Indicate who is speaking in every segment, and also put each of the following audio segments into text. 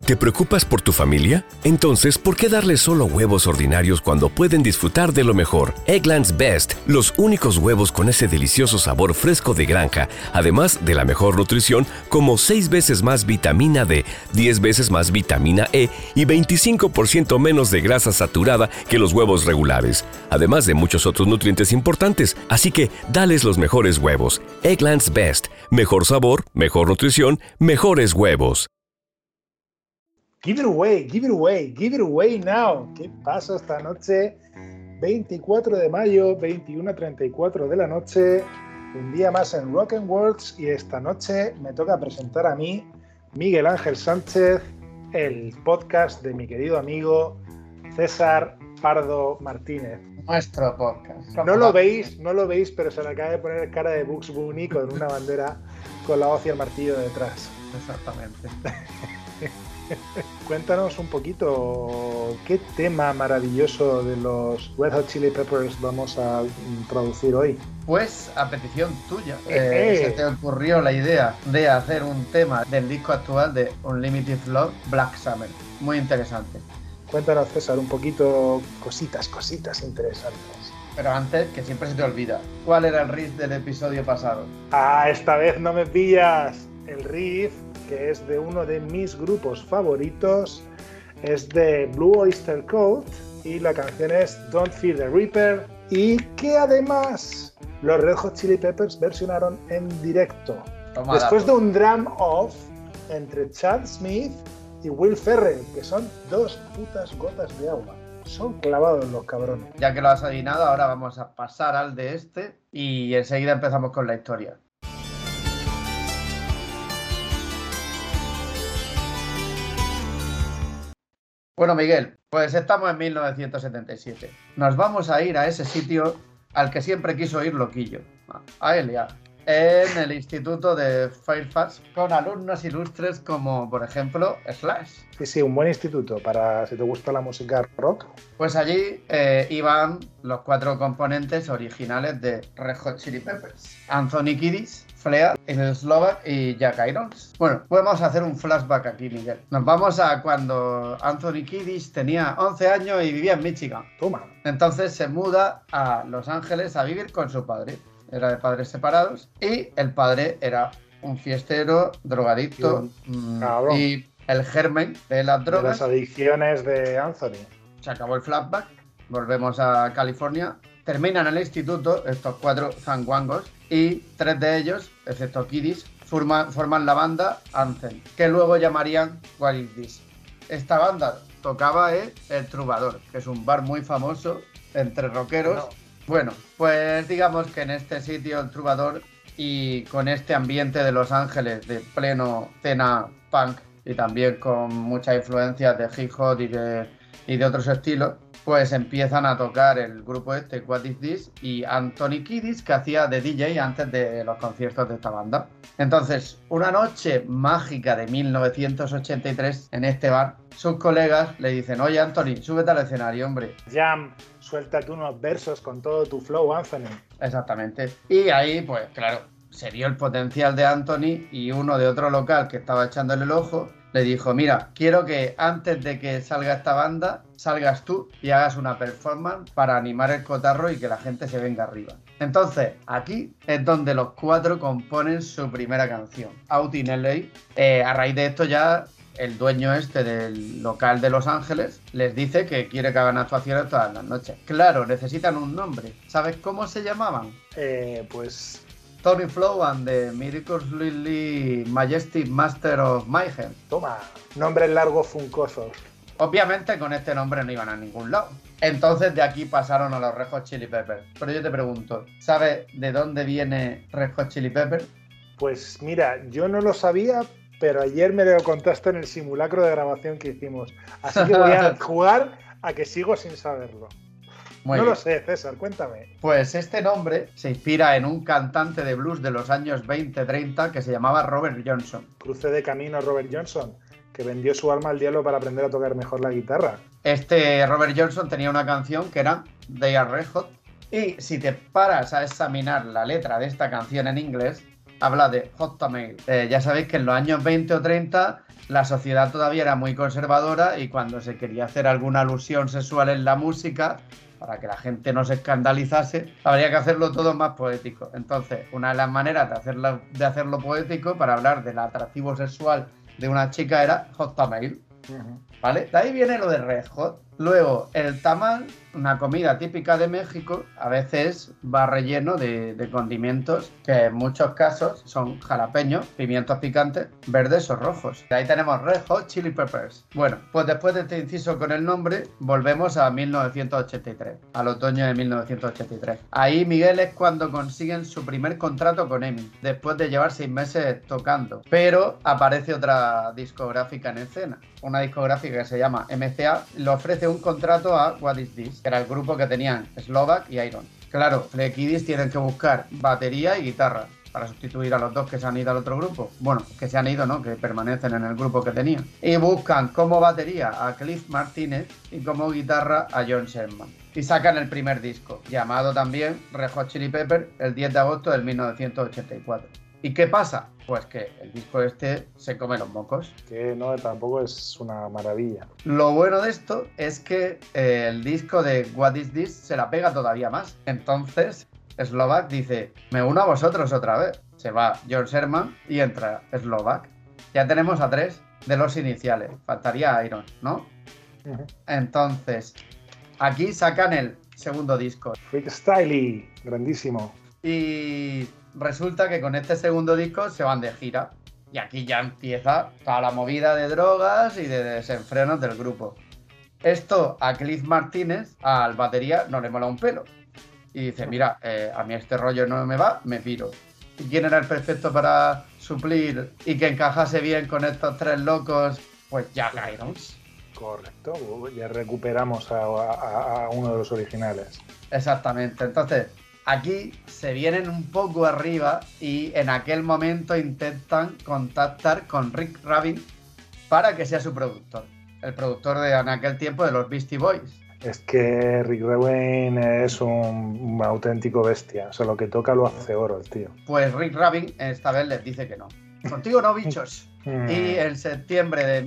Speaker 1: ¿Te preocupas por tu familia? Entonces, ¿por qué darles solo huevos ordinarios cuando pueden disfrutar de lo mejor? Eggland's Best, los únicos huevos con ese delicioso sabor fresco de granja, además de la mejor nutrición, como 6 veces más vitamina D, 10 veces más vitamina E y 25% menos de grasa saturada que los huevos regulares, además de muchos otros nutrientes importantes. Así que, dales los mejores huevos. Eggland's Best, mejor sabor, mejor nutrición, mejores huevos.
Speaker 2: Give it away, give it away, give it away now. ¿Qué pasa esta noche? 24 de mayo, 21:34 de la noche. Un día más en Rock and Worlds y esta noche me toca presentar a mí, Miguel Ángel Sánchez, el podcast de mi querido amigo César Pardo Martínez.
Speaker 3: Nuestro podcast.
Speaker 2: No lo veis, pero se le acaba de poner cara de Bugs Bunny con una bandera con la hoz y el martillo detrás.
Speaker 3: Exactamente.
Speaker 2: Cuéntanos un poquito qué tema maravilloso de los Red Hot Chili Peppers vamos a introducir hoy.
Speaker 3: Pues a petición tuya, se te ocurrió la idea de hacer un tema del disco actual de Unlimited Love, Black Summer. Muy interesante.
Speaker 2: Cuéntanos, César, un poquito cositas interesantes.
Speaker 3: Pero antes, que siempre se te olvida, ¿cuál era el riff del episodio pasado?
Speaker 2: Esta vez no me pillas. El riff, que es de uno de mis grupos favoritos, es de Blue Oyster Cult y la canción es Don't Fear the Reaper, y que además los Red Hot Chili Peppers versionaron en directo. Después de un drum-off entre Chad Smith y Will Ferrell, que son dos putas gotas de agua. Son clavados los cabrones.
Speaker 3: Ya que lo has adivinado, ahora vamos a pasar al de este y enseguida empezamos con la historia. Bueno, Miguel, pues estamos en 1977. Nos vamos a ir a ese sitio al que siempre quiso ir Loquillo, a Elia, en el Instituto de Fairfax, con alumnos ilustres como, por ejemplo, Slash.
Speaker 2: Sí, un buen instituto para si te gusta la música rock.
Speaker 3: Pues allí iban los 4 componentes originales de Red Hot Chili Peppers: Anthony Kiedis, Flea, el Slovak y Jack Irons. Bueno, podemos hacer un flashback aquí, Miguel. Nos vamos a cuando Anthony Kiedis tenía 11 años y vivía en Michigan.
Speaker 2: Toma.
Speaker 3: Entonces se muda a Los Ángeles a vivir con su padre. Era de padres separados y el padre era un fiestero, drogadicto y el germen de las drogas.
Speaker 2: De las adicciones de Anthony.
Speaker 3: Se acabó el flashback, volvemos a California. Terminan el instituto estos 4 zanguangos y 3 de ellos, excepto Kiedis, forman la banda Anthem, que luego llamarían What Is This. Esta banda tocaba El Trovador, que es un bar muy famoso entre rockeros. No. Bueno, pues digamos que en este sitio El Trovador, y con este ambiente de Los Ángeles de pleno escena punk y también con muchas influencias de hip hop y de otros estilos, pues empiezan a tocar el grupo este, What Is This, y Anthony Kiedis, que hacía de DJ antes de los conciertos de esta banda. Entonces, una noche mágica de 1983 en este bar, sus colegas le dicen: oye, Anthony, súbete al escenario, hombre.
Speaker 2: Jam, suéltate unos versos con todo tu flow, Anthony.
Speaker 3: Exactamente. Y ahí, pues claro, se vio el potencial de Anthony, y uno de otro local que estaba echándole el ojo le dijo: mira, quiero que antes de que salga esta banda, salgas tú y hagas una performance para animar el cotarro y que la gente se venga arriba. Entonces, aquí es donde los 4 componen su primera canción, Out in LA. A raíz de esto ya el dueño este del local de Los Ángeles les dice que quiere que hagan actuaciones todas las noches. Claro, necesitan un nombre. ¿Sabes cómo se llamaban?
Speaker 2: Pues...
Speaker 3: Tony Flow and the Miraculously Majestic Master of Mayhem.
Speaker 2: Toma, nombres largos funcosos.
Speaker 3: Obviamente con este nombre no iban a ningún lado. Entonces de aquí pasaron a los Red Hot Chili Peppers. Pero yo te pregunto, ¿sabes de dónde viene Red Hot Chili Peppers?
Speaker 2: Pues mira, yo no lo sabía, pero ayer me lo contaste en el simulacro de grabación que hicimos. Así que voy a jugar a que sigo sin saberlo. No lo sé, César, cuéntame.
Speaker 3: Pues este nombre se inspira en un cantante de blues de los años 20-30 que se llamaba Robert Johnson.
Speaker 2: Cruce de camino Robert Johnson, que vendió su alma al diablo para aprender a tocar mejor la guitarra.
Speaker 3: Este Robert Johnson tenía una canción que era They Are Red Hot, y si te paras a examinar la letra de esta canción en inglés, habla de Hot Tamale. Ya sabéis que en los años 20 o 30 la sociedad todavía era muy conservadora y cuando se quería hacer alguna alusión sexual en la música, para que la gente no se escandalizase, habría que hacerlo todo más poético. Entonces, una de las maneras de hacerlo poético para hablar del atractivo sexual de una chica era Hot Tamale. ¿Vale? De ahí viene lo de Red Hot. Luego, el tamal, una comida típica de México, a veces va relleno de condimentos que en muchos casos son jalapeños, pimientos picantes, verdes o rojos. De ahí tenemos Red Hot Chili Peppers. Bueno, pues después de este inciso con el nombre, volvemos a 1983, al otoño de 1983. Ahí Miguel es cuando consiguen su primer contrato con EMI, después de llevar 6 meses tocando. Pero aparece otra discográfica en escena, una discográfica que se llama MCA, le ofrece un contrato a What Is This, que era el grupo que tenían Slovak y Iron. Claro, The Kiddies tienen que buscar batería y guitarra para sustituir a los dos que se han ido al otro grupo. Bueno, que se han ido, ¿no? Que permanecen en el grupo que tenían. Y buscan como batería a Cliff Martínez y como guitarra a John Sherman. Y sacan el primer disco, llamado también Red Hot Chili Pepper, el 10 de agosto del 1984. ¿Y qué pasa? Pues que el disco este se come los mocos.
Speaker 2: Que no, tampoco es una maravilla.
Speaker 3: Lo bueno de esto es que el disco de What Is This se la pega todavía más. Entonces, Slovak dice, me uno a vosotros otra vez. Se va John Sherman y entra Slovak. Ya tenemos a 3 de los iniciales. Faltaría Iron, ¿no? Entonces, aquí sacan el segundo disco.
Speaker 2: Freestyle, grandísimo.
Speaker 3: Y resulta que con este segundo disco se van de gira. Y aquí ya empieza toda la movida de drogas y de desenfrenos del grupo. Esto a Cliff Martínez, al batería, no le mola un pelo. Y dice, mira, a mí este rollo no me va, me piro. ¿Y quién era el perfecto para suplir y que encajase bien con estos 3 locos? Pues Jack Irons.
Speaker 2: Correcto, ya recuperamos a uno de los originales.
Speaker 3: Exactamente, entonces aquí se vienen un poco arriba y en aquel momento intentan contactar con Rick Rubin para que sea su productor. El productor de en aquel tiempo de los Beastie Boys.
Speaker 2: Es que Rick Rubin es un auténtico bestia. O sea, lo que toca lo hace oro el tío.
Speaker 3: Pues Rick Rubin esta vez les dice que no. Contigo no, bichos. Y en septiembre de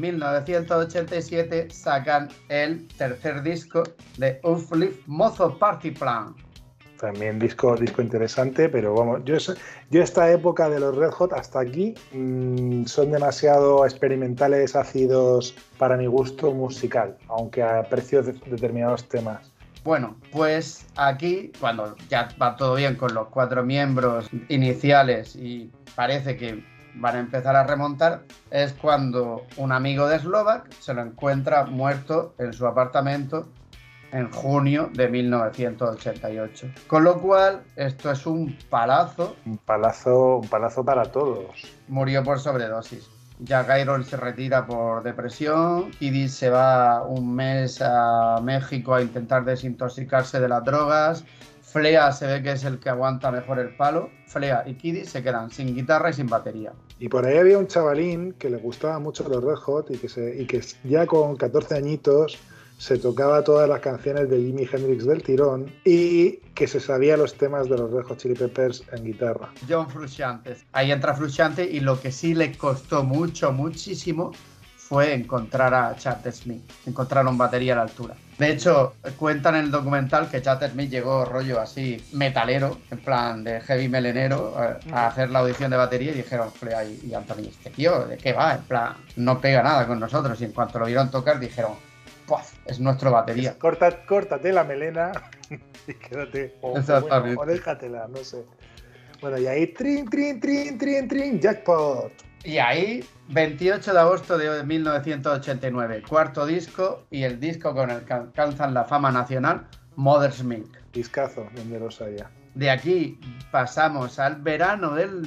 Speaker 3: 1987 sacan el tercer disco de Uplift Mozo Party Plan.
Speaker 2: También disco interesante, pero vamos, yo esta época de los Red Hot hasta aquí son demasiado experimentales, ácidos para mi gusto musical, aunque aprecio determinados temas.
Speaker 3: Bueno, pues aquí, cuando ya va todo bien con los 4 miembros iniciales y parece que van a empezar a remontar, es cuando un amigo de Slovak se lo encuentra muerto en su apartamento en junio de 1988. Con lo cual, esto es un palazo.
Speaker 2: Un palazo para todos.
Speaker 3: Murió por sobredosis. Jack Irons se retira por depresión. Kiddis se va un mes a México a intentar desintoxicarse de las drogas. Flea se ve que es el que aguanta mejor el palo. Flea y Kiddis se quedan sin guitarra y sin batería.
Speaker 2: Y por ahí había un chavalín que le gustaba mucho los Red Hot y que ya con 14 añitos se tocaba todas las canciones de Jimi Hendrix del tirón y que se sabía los temas de los Red Hot Chili Peppers en guitarra.
Speaker 3: John Frusciante. Ahí entra Frusciante y lo que sí le costó muchísimo fue encontrar a Chad Smith, encontrar un batería a la altura. De hecho, cuentan en el documental que Chad Smith llegó rollo así metalero, en plan de heavy melenero, a hacer la audición de batería y dijeron Flea y Anthony, este tío, ¿de qué va? En plan, no pega nada con nosotros. Y en cuanto lo vieron tocar dijeron, ¡puff! Es nuestro batería.
Speaker 2: Córtate la melena y quédate.
Speaker 3: Exactamente.
Speaker 2: O déjatela, no sé. Bueno, y ahí, trin, jackpot.
Speaker 3: Y ahí, 28 de agosto de 1989, cuarto disco y el disco con el que alcanzan la fama nacional, Mother's Milk.
Speaker 2: Discazo, donde los haya.
Speaker 3: De aquí pasamos al verano del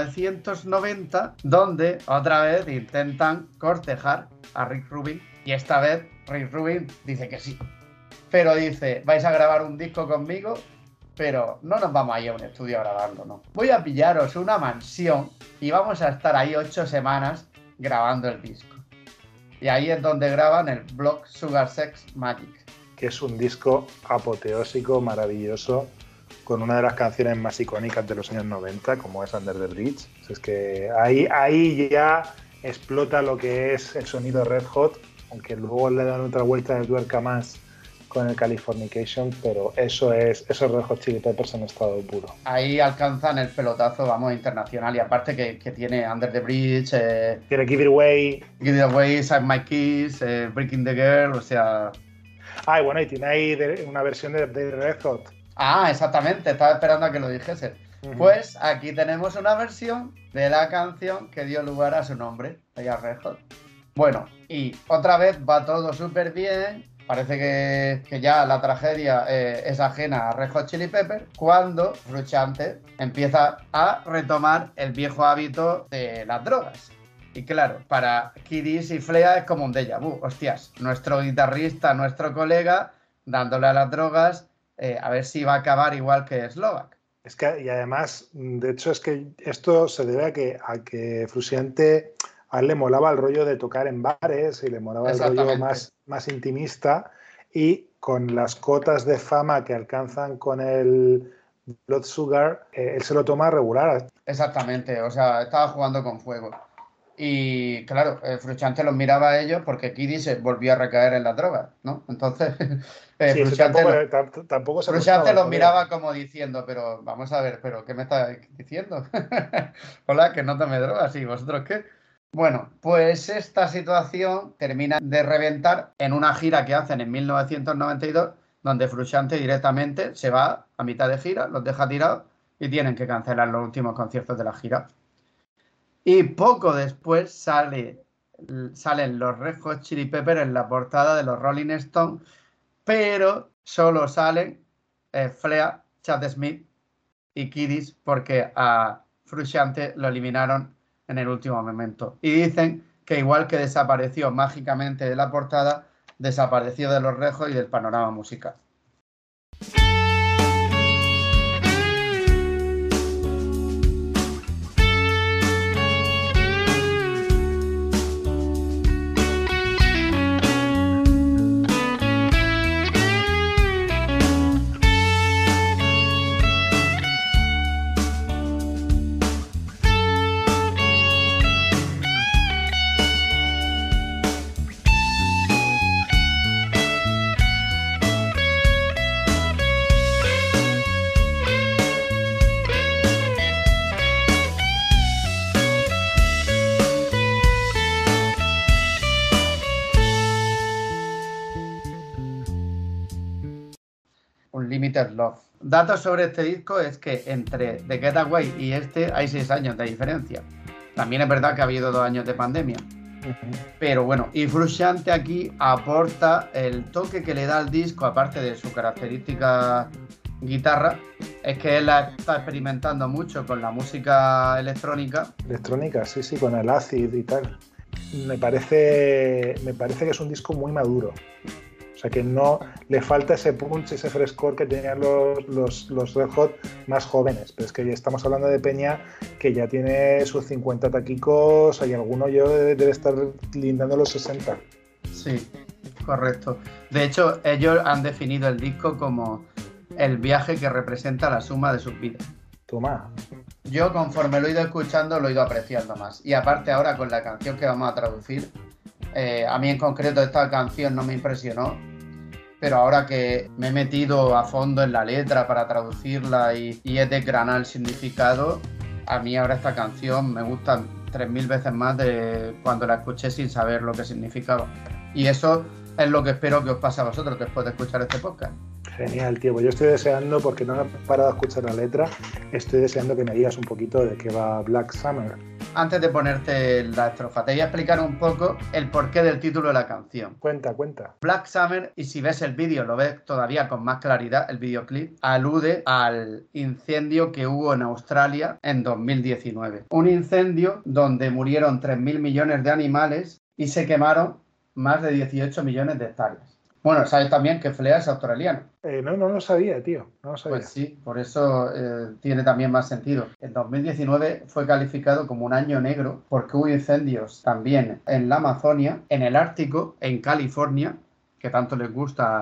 Speaker 3: 1990, donde otra vez intentan cortejar a Rick Rubin. Y esta vez Rick Rubin dice que sí. Pero dice, vais a grabar un disco conmigo, pero no nos vamos a ir a un estudio a grabarlo, no. Voy a pillaros una mansión y vamos a estar ahí 8 semanas grabando el disco. Y ahí es donde graban el Blood Sugar Sex Magik.
Speaker 2: Que es un disco apoteósico, maravilloso, con una de las canciones más icónicas de los años 90, como es Under the Bridge. Es que ahí ya explota lo que es el sonido Red Hot, aunque luego le dan otra vuelta de tuerca más con el Californication, pero esos Red Hot Chili Peppers en estado puro.
Speaker 3: Ahí alcanzan el pelotazo, vamos, internacional, y aparte que tiene Under the Bridge,
Speaker 2: tiene Give It
Speaker 3: Away, Save My Kiss, Breaking the Girl, o sea...
Speaker 2: Ah, y bueno, y tiene ahí una versión de Red Hot.
Speaker 3: Ah, exactamente, estaba esperando a que lo dijese. Pues aquí tenemos una versión de la canción que dio lugar a su nombre, a Red Hot. Bueno, y otra vez va todo súper bien. Parece que ya la tragedia es ajena a Red Hot Chili Peppers cuando Frusciante empieza a retomar el viejo hábito de las drogas. Y claro, para Kiddis y Flea es como un déjà vu. Hostias, nuestro guitarrista, nuestro colega, dándole a las drogas, a ver si va a acabar igual que Slovak.
Speaker 2: Es que, y además, de hecho, es que esto se debe a que Frusciante... A él le molaba el rollo de tocar en bares y le molaba el rollo más intimista, y con las cotas de fama que alcanzan con el Blood Sugar, él se lo toma regular.
Speaker 3: Exactamente, o sea, estaba jugando con fuego. Y claro, Frusciante los miraba a ellos porque Kiddis se volvió a recaer en las drogas, ¿no? Entonces,
Speaker 2: sí, tampoco se
Speaker 3: Frusciante los miraba como diciendo, pero vamos a ver, ¿pero qué me estás diciendo? Hola, que no tome drogas, ¿y vosotros qué? Bueno, pues esta situación termina de reventar en una gira que hacen en 1992, donde Frusciante directamente se va a mitad de gira, los deja tirados y tienen que cancelar los últimos conciertos de la gira. Y poco después salen los Red Hot Chili Peppers en la portada de los Rolling Stones, pero solo salen Flea, Chad Smith y Kiddis porque a Frusciante lo eliminaron en el último momento. Y dicen que igual que desapareció mágicamente de la portada, desapareció de los Red Hot y del panorama musical. Unlimited Love. Datos sobre este disco es que entre The Getaway y este hay 6 años de diferencia. También es verdad que ha habido 2 años de pandemia. Pero bueno, y Frusciante aquí aporta el toque que le da al disco, aparte de su característica guitarra, es que él está experimentando mucho con la música electrónica.
Speaker 2: Electrónica, sí, con el acid y tal. Me parece que es un disco muy maduro. O sea, que no le falta ese punch, ese frescor que tenían los Red Hot más jóvenes. Pero es que ya estamos hablando de peña que ya tiene sus 50 taquicos, y alguno yo debe estar lindando los 60.
Speaker 3: Sí, correcto. De hecho, ellos han definido el disco como el viaje que representa la suma de sus vidas.
Speaker 2: Toma.
Speaker 3: Yo, conforme lo he ido escuchando, lo he ido apreciando más. Y aparte ahora con la canción que vamos a traducir, a mí en concreto esta canción no me impresionó, pero ahora que me he metido a fondo en la letra para traducirla y he desgranado el significado, a mí ahora esta canción me gusta 3000 veces más de cuando la escuché sin saber lo que significaba. Y eso es lo que espero que os pase a vosotros después de escuchar este podcast.
Speaker 2: Genial, tío. Pues yo estoy deseando, porque no he parado de escuchar la letra, estoy deseando que me digas un poquito de qué va Black Summer.
Speaker 3: Antes de ponerte la estrofa, te voy a explicar un poco el porqué del título de la canción.
Speaker 2: Cuenta.
Speaker 3: Black Summer, y si ves el vídeo lo ves todavía con más claridad, el videoclip, alude al incendio que hubo en Australia en 2019. Un incendio donde murieron 3.000 millones de animales y se quemaron más de 18 millones de hectáreas. Bueno, sabes también que Flea es australiano.
Speaker 2: No lo sabía, tío. No lo sabía.
Speaker 3: Pues sí, por eso tiene también más sentido. En 2019 fue calificado como un año negro porque hubo incendios también en la Amazonia, en el Ártico, en California, que tanto les gusta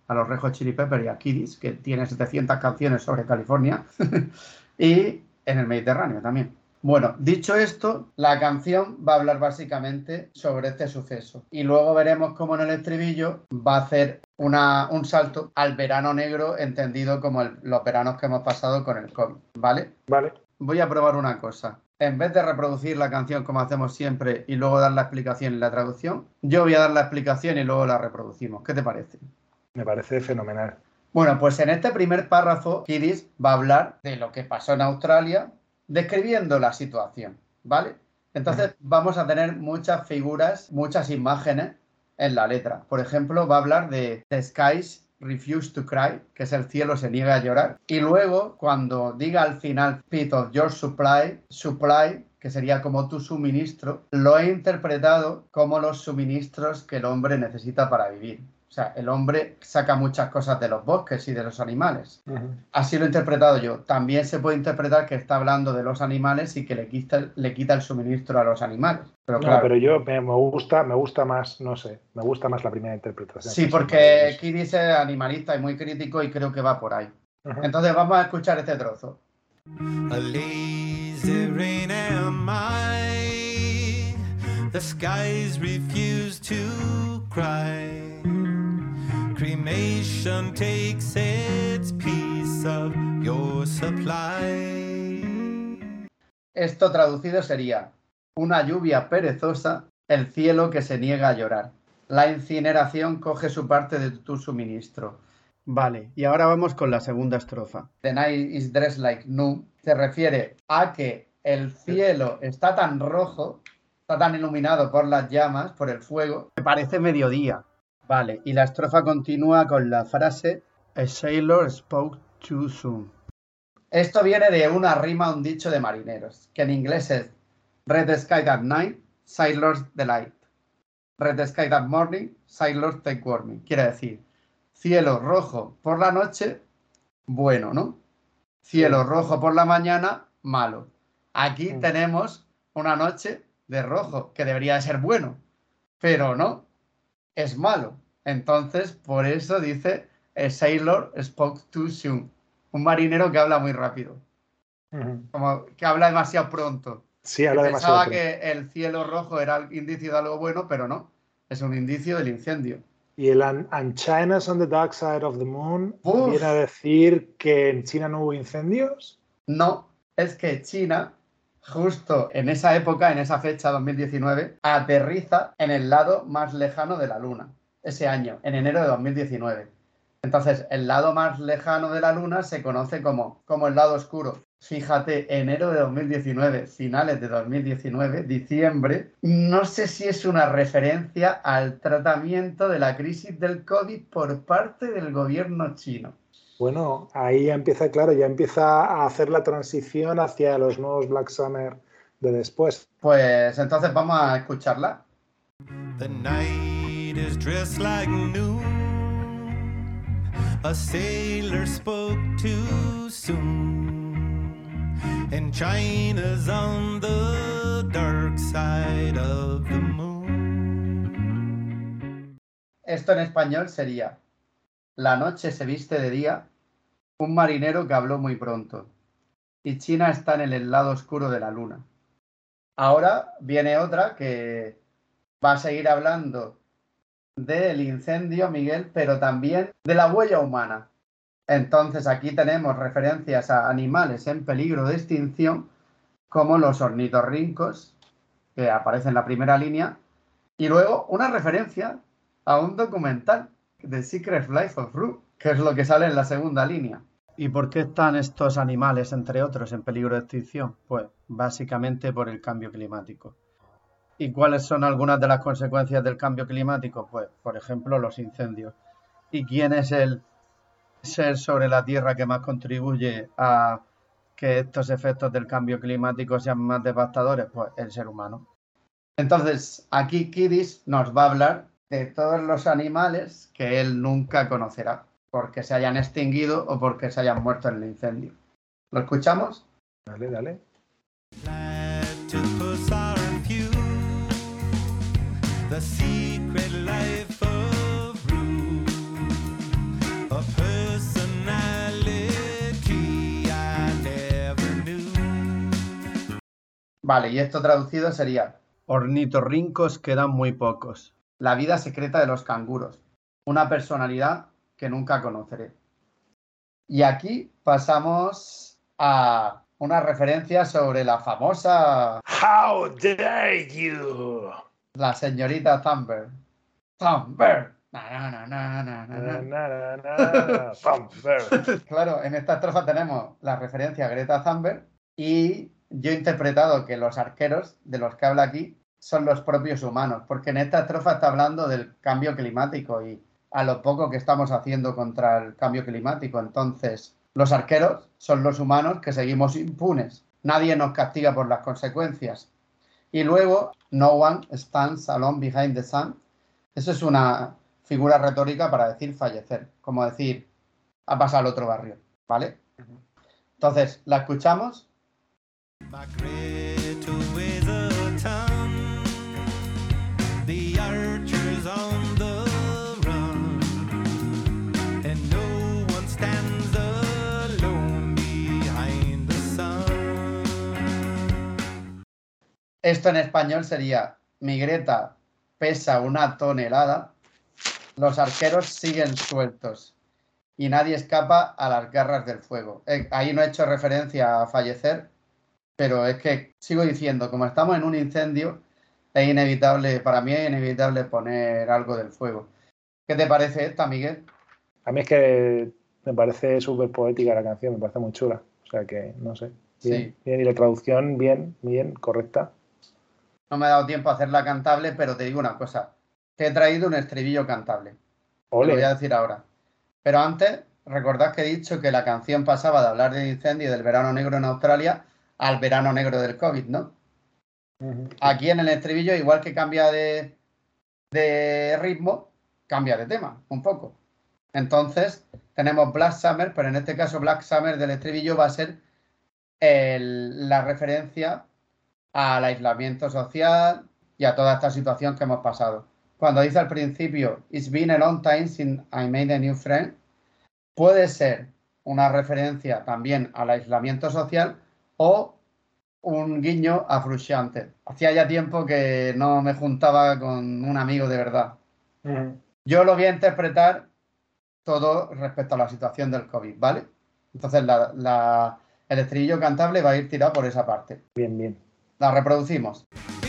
Speaker 3: a los Red Hot Chili Peppers y a Kiddies, que tiene 700 canciones sobre California, y en el Mediterráneo también. Bueno, dicho esto, la canción va a hablar básicamente sobre este suceso. Y luego veremos cómo en el estribillo va a hacer un salto al verano negro, entendido como los veranos que hemos pasado con el COVID, ¿vale?
Speaker 2: Vale.
Speaker 3: Voy a probar una cosa. En vez de reproducir la canción como hacemos siempre y luego dar la explicación y la traducción, yo voy a dar la explicación y luego la reproducimos. ¿Qué te parece?
Speaker 2: Me parece fenomenal.
Speaker 3: Bueno, pues en este primer párrafo, Kiddies va a hablar de lo que pasó en Australia, describiendo la situación, ¿vale? Entonces vamos a tener muchas figuras, muchas imágenes en la letra. Por ejemplo, va a hablar de The skies refuse to cry, que es el cielo se niega a llorar. Y luego, cuando diga al final "Pit of your supply", que sería como tu suministro, lo he interpretado como los suministros que el hombre necesita para vivir. O sea, el hombre saca muchas cosas de los bosques y de los animales. Así lo he interpretado yo. También se puede interpretar que está hablando de los animales y que le quita el suministro a los animales. Pero claro,
Speaker 2: pero yo me gusta más, no sé, me gusta más la primera interpretación.
Speaker 3: Sí, porque Kiddies es animalista y muy crítico y creo que va por ahí. Entonces vamos a escuchar este trozo. A lazy rain am I, the skies refuse to cry. Cremation takes its piece of your supply. Esto traducido sería: una lluvia perezosa, el cielo que se niega a llorar. La incineración coge su parte de tu suministro. Vale, y ahora vamos con la segunda estrofa. The night is dressed like noon. Se refiere a que el cielo está tan rojo, está tan iluminado por las llamas, por el fuego, que parece mediodía. Vale, y la estrofa continúa con la frase A sailor spoke too soon. Esto viene de una rima, un dicho de marineros, que en inglés es Red sky at night, sailors delight. Red sky at morning, sailors take warning. Quiere decir, cielo rojo por la noche, bueno, ¿no? Cielo rojo por la mañana, malo. Aquí tenemos una noche de rojo, que debería de ser bueno, pero no, es malo. Entonces, por eso dice a sailor spoke too soon. Un marinero que habla muy rápido. Como que habla demasiado pronto.
Speaker 2: Sí, habla demasiado
Speaker 3: pronto. Pensaba que el cielo rojo era el indicio de algo bueno, pero no. Es un indicio del incendio.
Speaker 2: Y el and China's on the dark side of the moon viene a decir que en China no hubo incendios.
Speaker 3: No, es que China, justo en esa época, en esa fecha, 2019, aterriza en el lado más lejano de la Luna. Ese año, en enero de 2019. Entonces, el lado más lejano de la Luna se conoce como el lado oscuro. Fíjate, enero de 2019, finales de 2019, diciembre. No sé si es una referencia al tratamiento de la crisis del COVID por parte del gobierno chino.
Speaker 2: Bueno, ahí ya empieza a hacer la transición hacia los nuevos Black Summer de después.
Speaker 3: Pues entonces vamos a escucharla.
Speaker 4: The night is dressed like noon. A sailor spoke too soon. And China's on the dark side of the moon.
Speaker 3: Esto en español sería: la noche se viste de día, un marinero que habló muy pronto, y China está en el lado oscuro de la luna. Ahora viene otra que va a seguir hablando del incendio, Miguel, pero también de la huella humana. Entonces aquí tenemos referencias a animales en peligro de extinción, como los ornitorrincos, que aparecen en la primera línea, y luego una referencia a un documental, The Secret Life of Roo, que es lo que sale en la segunda línea. ¿Y por qué están estos animales, entre otros, en peligro de extinción? Pues básicamente por el cambio climático. ¿Y cuáles son algunas de las consecuencias del cambio climático? Pues, por ejemplo, los incendios. ¿Y quién es el ser sobre la Tierra que más contribuye a que estos efectos del cambio climático sean más devastadores? Pues el ser humano. Entonces, aquí Kiddies nos va a hablar de todos los animales que él nunca conocerá, porque se hayan extinguido o porque se hayan muerto en el incendio. ¿Lo escuchamos?
Speaker 2: Dale, dale.
Speaker 4: The secret life of Roo.
Speaker 3: Vale, y esto traducido sería: ornitorrincos quedan muy pocos. La vida secreta de los canguros. Una personalidad que nunca conoceré. Y aquí pasamos a una referencia sobre la famosa...
Speaker 2: How dare you?
Speaker 3: La señorita Thunberg. Thunberg. Na, na, na, na, na, na.
Speaker 2: Thunberg.
Speaker 3: Claro, en esta estrofa tenemos la referencia a Greta Thunberg y yo he interpretado que los arqueros de los que habla aquí son los propios humanos, porque en esta estrofa está hablando del cambio climático y a lo poco que estamos haciendo contra el cambio climático. Entonces, los arqueros son los humanos que seguimos impunes. Nadie nos castiga por las consecuencias. Y luego, no one stands alone behind the sun. Eso es una figura retórica para decir fallecer, como decir, ha pasado al otro barrio, ¿vale? Entonces, ¿la escuchamos?
Speaker 4: Back red to with a ton. The archers on the run, and no one stands alone behind the sun.
Speaker 3: Esto en español sería: mi Greta pesa 1 tonelada, los arqueros siguen sueltos y nadie escapa a las garras del fuego. Ahí no he hecho referencia a fallecer, pero es que sigo diciendo, como estamos en un incendio, es inevitable, para mí es inevitable poner algo del fuego. ¿Qué te parece esta, Miguel?
Speaker 2: A mí es que me parece súper poética la canción, me parece muy chula. O sea que, no sé, bien,
Speaker 3: Sí.
Speaker 2: bien. Y la traducción, bien, correcta.
Speaker 3: No me he dado tiempo a hacerla cantable, pero te digo una cosa. Te he traído un estribillo cantable. Te lo voy a decir ahora. Pero antes, recordad que he dicho que la canción pasaba de hablar del incendio y del verano negro en Australia al verano negro del COVID, ¿no? Aquí en el estribillo, igual que cambia de ritmo, cambia de tema, un poco. Entonces, tenemos Black Summer, pero en este caso Black Summer del estribillo va a ser la referencia al aislamiento social y a toda esta situación que hemos pasado. Cuando dice al principio, It's been a long time since I made a new friend, puede ser una referencia también al aislamiento social o un guiño a Frusciante. Hacía ya tiempo que no me juntaba con un amigo de verdad. Yo lo voy a interpretar todo respecto a la situación del COVID, ¿vale? Entonces el estribillo cantable va a ir tirado por esa parte.
Speaker 2: Bien, bien.
Speaker 3: La reproducimos.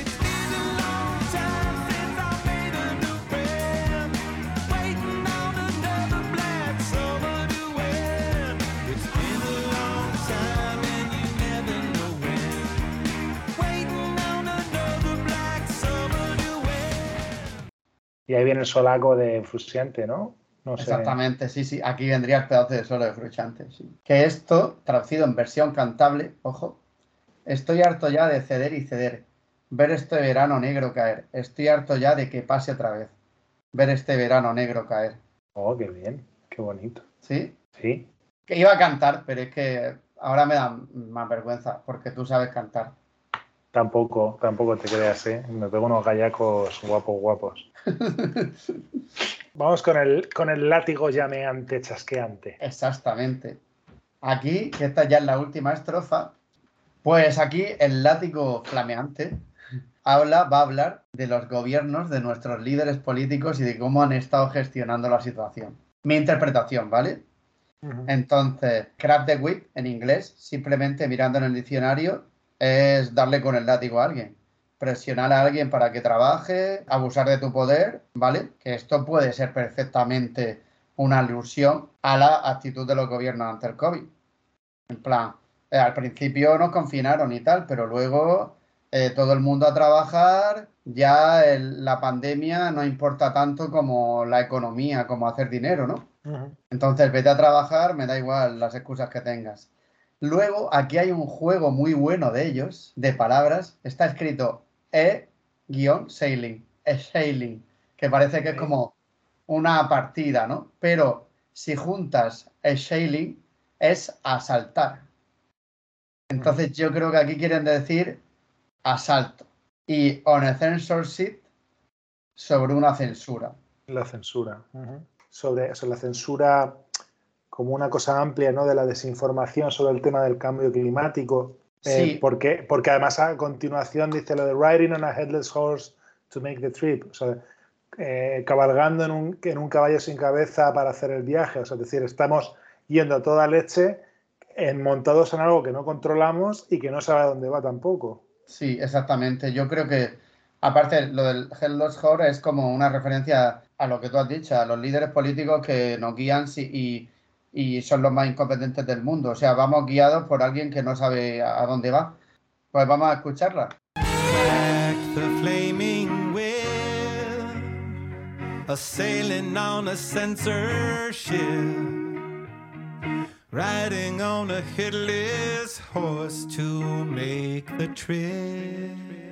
Speaker 2: Y ahí viene el solaco de Frusciante, ¿no? No sé.
Speaker 3: Exactamente, sí. Aquí vendría el pedazo de solo de Frusciante, sí. Que esto, traducido en versión cantable, ojo, estoy harto ya de ceder y ceder, ver este verano negro caer. Estoy harto ya de que pase otra vez, ver este verano negro caer.
Speaker 2: Oh, qué bien, qué bonito.
Speaker 3: ¿Sí?
Speaker 2: Sí.
Speaker 3: Que iba a cantar, pero es que ahora me da más vergüenza, porque tú sabes cantar.
Speaker 2: Tampoco te creas, ¿eh? Me pego unos gallacos guapos. Vamos con el látigo llameante, chasqueante.
Speaker 3: Exactamente. Aquí, que esta ya es la última estrofa, pues aquí el látigo flameante va a hablar de los gobiernos, de nuestros líderes políticos y de cómo han estado gestionando la situación. Mi interpretación, ¿vale? Entonces, crack the whip en inglés, simplemente mirando en el diccionario, es darle con el látigo a alguien. Presionar a alguien para que trabaje, abusar de tu poder, ¿vale? Que esto puede ser perfectamente una alusión a la actitud de los gobiernos ante el COVID. En plan, al principio nos confinaron y tal, pero luego todo el mundo a trabajar, ya la pandemia no importa tanto como la economía, como hacer dinero, ¿no? Entonces, vete a trabajar, me da igual las excusas que tengas. Luego, aquí hay un juego muy bueno de ellos, de palabras. Está escrito sailing, que parece que es como una partida, ¿no? Pero si juntas sailing, es asaltar. Entonces, yo creo que aquí quieren decir asalto. Y on a censorship, sobre una censura.
Speaker 2: La censura. Sobre la censura como una cosa amplia, ¿no? De la desinformación sobre el tema del cambio climático.
Speaker 3: Sí,
Speaker 2: Porque además a continuación dice lo de riding on a headless horse to make the trip. O sea, cabalgando en un caballo sin cabeza para hacer el viaje. O sea, es decir, estamos yendo a toda leche montados en algo que no controlamos y que no sabe a dónde va tampoco.
Speaker 3: sí, exactamente. Yo creo que, aparte, lo del Headless Horse es como una referencia a lo que tú has dicho, a los líderes políticos que nos guían y son los más incompetentes del mundo. O sea, vamos guiados por alguien que no sabe a dónde va. Pues vamos a escucharla.
Speaker 4: Back the flaming wheel, a sailing on a censorship, riding on a headless horse to make the trip.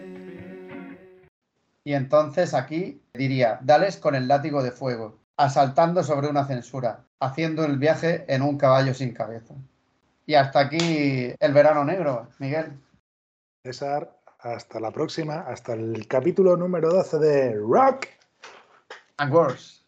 Speaker 3: Y entonces aquí diría, dales con el látigo de fuego, asaltando sobre una censura, haciendo el viaje en un caballo sin cabeza. Y hasta aquí el verano negro, Miguel.
Speaker 2: César, hasta la próxima, hasta el capítulo número 12 de Rock
Speaker 3: And Wars.